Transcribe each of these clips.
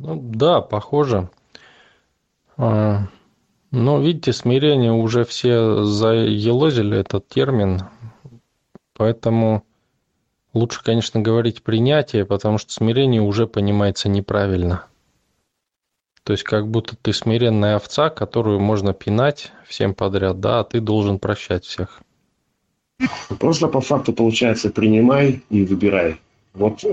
Ну да, похоже. А, Но видите, смирение уже все заелозили этот термин, поэтому лучше, конечно, говорить принятие, потому что смирение уже понимается неправильно. То есть как будто ты смиренная овца, которую можно пинать всем подряд, да, а ты должен прощать всех. Просто по факту получается принимай и выбирай. Вот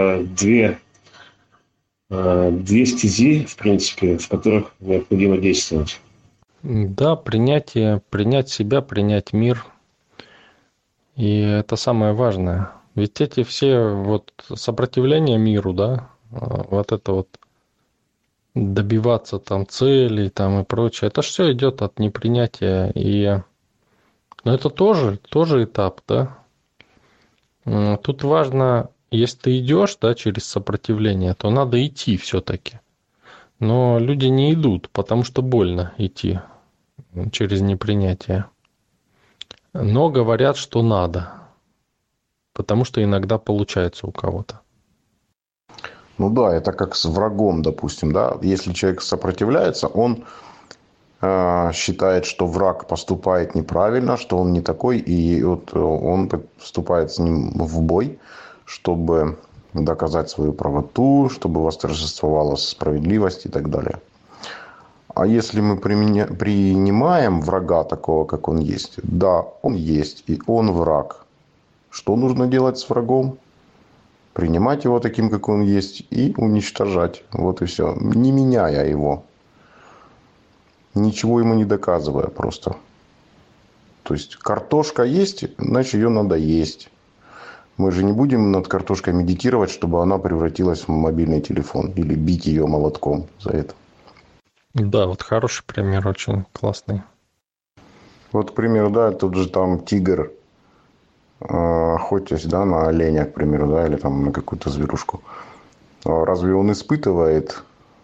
две стези, в принципе, в которых необходимо действовать. Да, принятие, принять себя, принять мир. И это самое важное. Ведь эти все вот сопротивления миру, да, вот это вот добиваться там целей там и прочее, это ж все идет от непринятия. Но это тоже этап, да. Тут важно, если ты идешь, да, через сопротивление, то надо идти все-таки. Но люди не идут, потому что больно идти через непринятие. Но говорят, что надо, потому что иногда получается у кого-то. Ну да, это как с врагом, допустим, да. Если человек сопротивляется, он считает, что враг поступает неправильно, что он не такой, и вот он вступает с ним в бой, чтобы доказать свою правоту, чтобы восторжествовала справедливость и так далее. А если мы принимаем врага такого, как он есть, да, он есть, и он враг. Что нужно делать с врагом? Принимать его таким, как он есть, и уничтожать. Вот и все. Не меняя его. Ничего ему не доказывая просто. То есть картошка есть, значит ее надо есть. Мы же не будем над картошкой медитировать, чтобы она превратилась в мобильный телефон. Или бить ее молотком за это. Да, вот хороший пример, очень классный. Вот, к примеру, да, тут же там тигр, охотясь, да, на оленя, к примеру, да, или там на какую-то зверушку. Разве он испытывает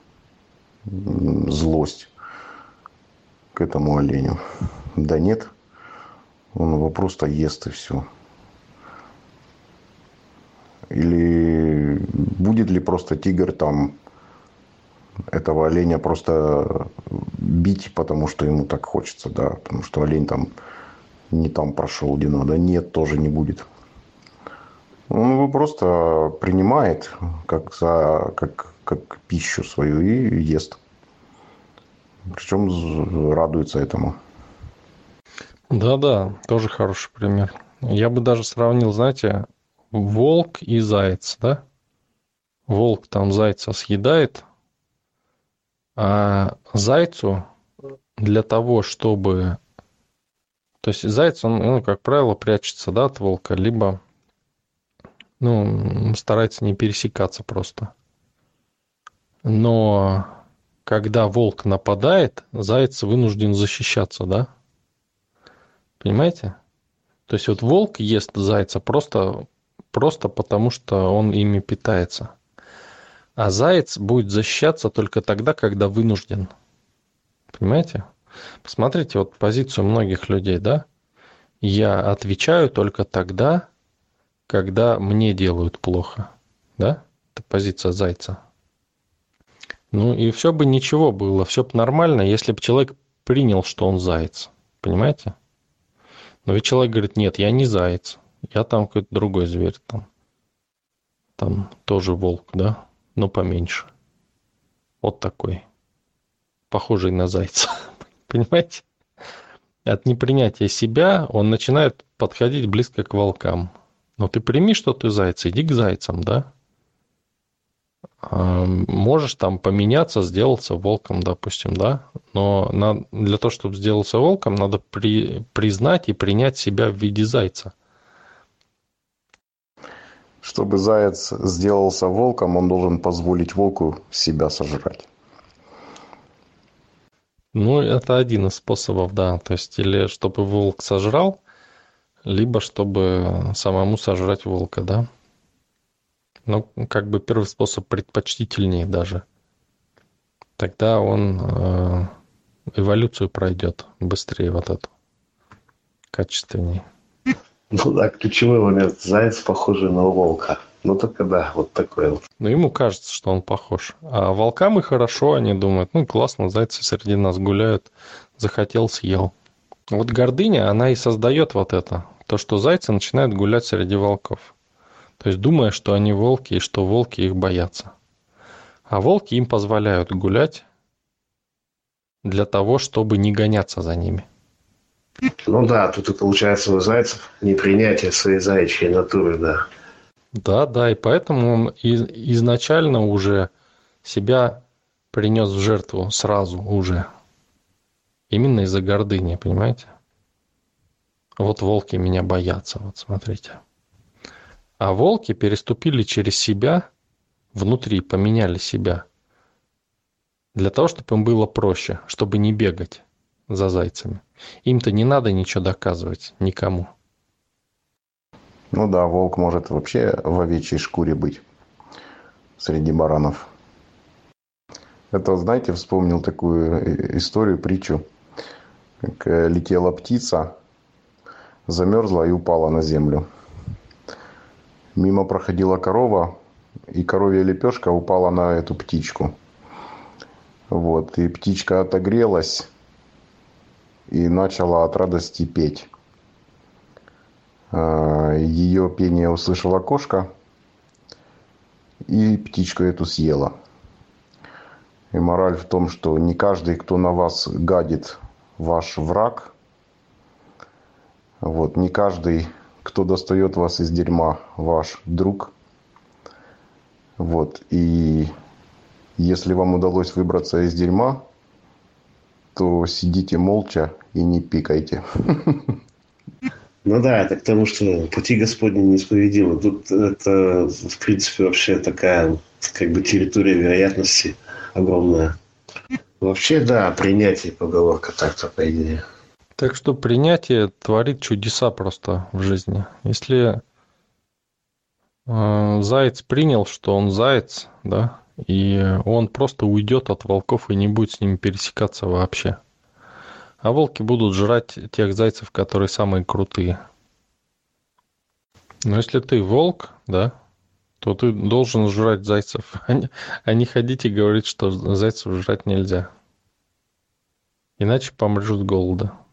злость к этому оленю? Да нет. Он его просто ест и все. Или будет ли просто тигр там этого оленя просто бить, потому что ему так хочется, да, потому что олень там не там прошел, где надо. Нет, тоже не будет. Он его просто принимает как пищу свою и ест. Причем радуется этому. Да-да, тоже хороший пример. Я бы даже сравнил, знаете, волк и заяц, да? Волк там зайца съедает, а зайцу для того, чтобы... То есть заяц, он, ну, как правило, прячется, да, от волка, либо, ну, старается не пересекаться просто. Но когда волк нападает, заяц вынужден защищаться, да? Понимаете? То есть вот волк ест зайца просто потому, что он ими питается. А заяц будет защищаться только тогда, когда вынужден. Понимаете? Посмотрите вот позицию многих людей, да? Я отвечаю только тогда, когда мне делают плохо. Да? Это позиция зайца. Ну и все бы ничего было, все бы нормально, если бы человек принял, что он заяц. Понимаете? Но ведь человек говорит, нет, я не заяц, я там какой-то другой зверь, там тоже волк, да, но поменьше. Вот такой, похожий на зайца. Понимаете? От непринятия себя он начинает подходить близко к волкам. Но ты прими, что ты заяц, иди к зайцам, да? Можешь там поменяться, сделаться волком, допустим, да? Но для того, чтобы сделаться волком, надо признать и принять себя в виде зайца. Чтобы заяц сделался волком, он должен позволить волку себя сожрать. Ну, это один из способов, да. То есть, или чтобы волк сожрал, либо чтобы самому сожрать волка, да. Ну, как бы первый способ предпочтительнее даже. Тогда он эволюцию пройдет быстрее вот эту, качественнее. Ну да, ключевой момент. Заяц похожий на волка. Ну, только да, вот такое вот. Но ему кажется, что он похож. А волкам и хорошо, они думают, ну, классно, зайцы среди нас гуляют, захотел, съел. Вот гордыня, она и создает вот это. То, что зайцы начинают гулять среди волков. То есть думая, что они волки и что волки их боятся. А волки им позволяют гулять для того, чтобы не гоняться за ними. Ну да, тут и получается у зайцев непринятие своей заячьей натуры, да. Да, да, и поэтому он изначально уже себя принес в жертву сразу уже. Именно из-за гордыни, понимаете? Вот волки меня боятся, вот смотрите. А волки переступили через себя, внутри поменяли себя, для того, чтобы им было проще, чтобы не бегать за зайцами. Им-то не надо ничего доказывать никому. Ну да, волк может вообще в овечьей шкуре быть среди баранов. Это, знаете, вспомнил такую историю, притчу. Как летела птица, замерзла и упала на землю. Мимо проходила корова, и коровья лепешка упала на эту птичку. Вот, и птичка отогрелась и начала от радости петь. Ее пение услышала кошка, и птичку эту съела. И мораль в том, что не каждый, кто на вас гадит, ваш враг. Вот, не каждый, кто достает вас из дерьма, ваш друг. Вот, и если вам удалось выбраться из дерьма, то сидите молча и не пикайте. Ну да, это к тому, что пути Господни неисповедимы. Тут это, в принципе, вообще такая, как бы, территория вероятности огромная. Вообще, да, принятие поговорка так-то, по идее. Так что принятие творит чудеса просто в жизни. Если заяц принял, что он заяц, да, и он просто уйдет от волков и не будет с ними пересекаться вообще. А волки будут жрать тех зайцев, которые самые крутые. Но если ты волк, да, то ты должен жрать зайцев, а не ходить и говорить, что зайцев жрать нельзя. Иначе помрешь с голода.